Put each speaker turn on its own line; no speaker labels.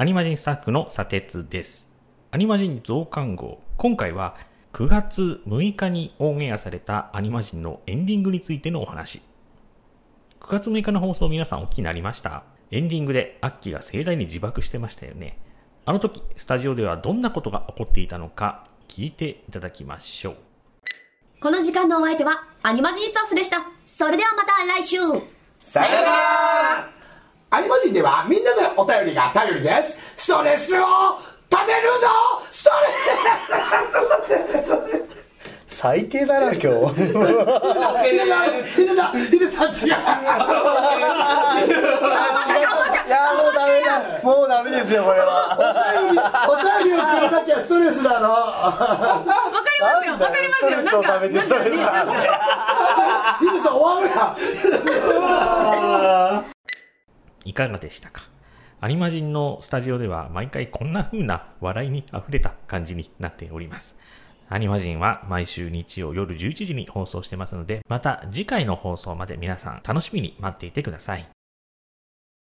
アニマジンスタッフの砂鉄です。アニマジン増刊号、今回は9月6日にオンエアされたアニマジンのエンディングについてのお話。9月6日の放送、皆さんお聞きになりました？エンディングでアッキーが盛大に自爆してましたよね。あの時スタジオではどんなことが起こっていたのか聞いていただきましょう。
この時間のお相手はアニマジンスタッフでした。それではまた来週。
さよなら。アニマジンではみんなのお便りが頼りです。ストレスをためるぞ。ストレス
最低だな今日。
ヒデさん違う。
いやもうダメだ。もうダメですよこれは。
お便りをくれなきゃストレスなの。
わかりますよ。なんか
ヒデさん終わるやん。
いかがでしたか？アニマジンのスタジオでは毎回こんな風な笑いにあふれた感じになっております。アニマジンは毎週日曜夜11時に放送してますので、また次回の放送まで皆さん楽しみに待っていてください。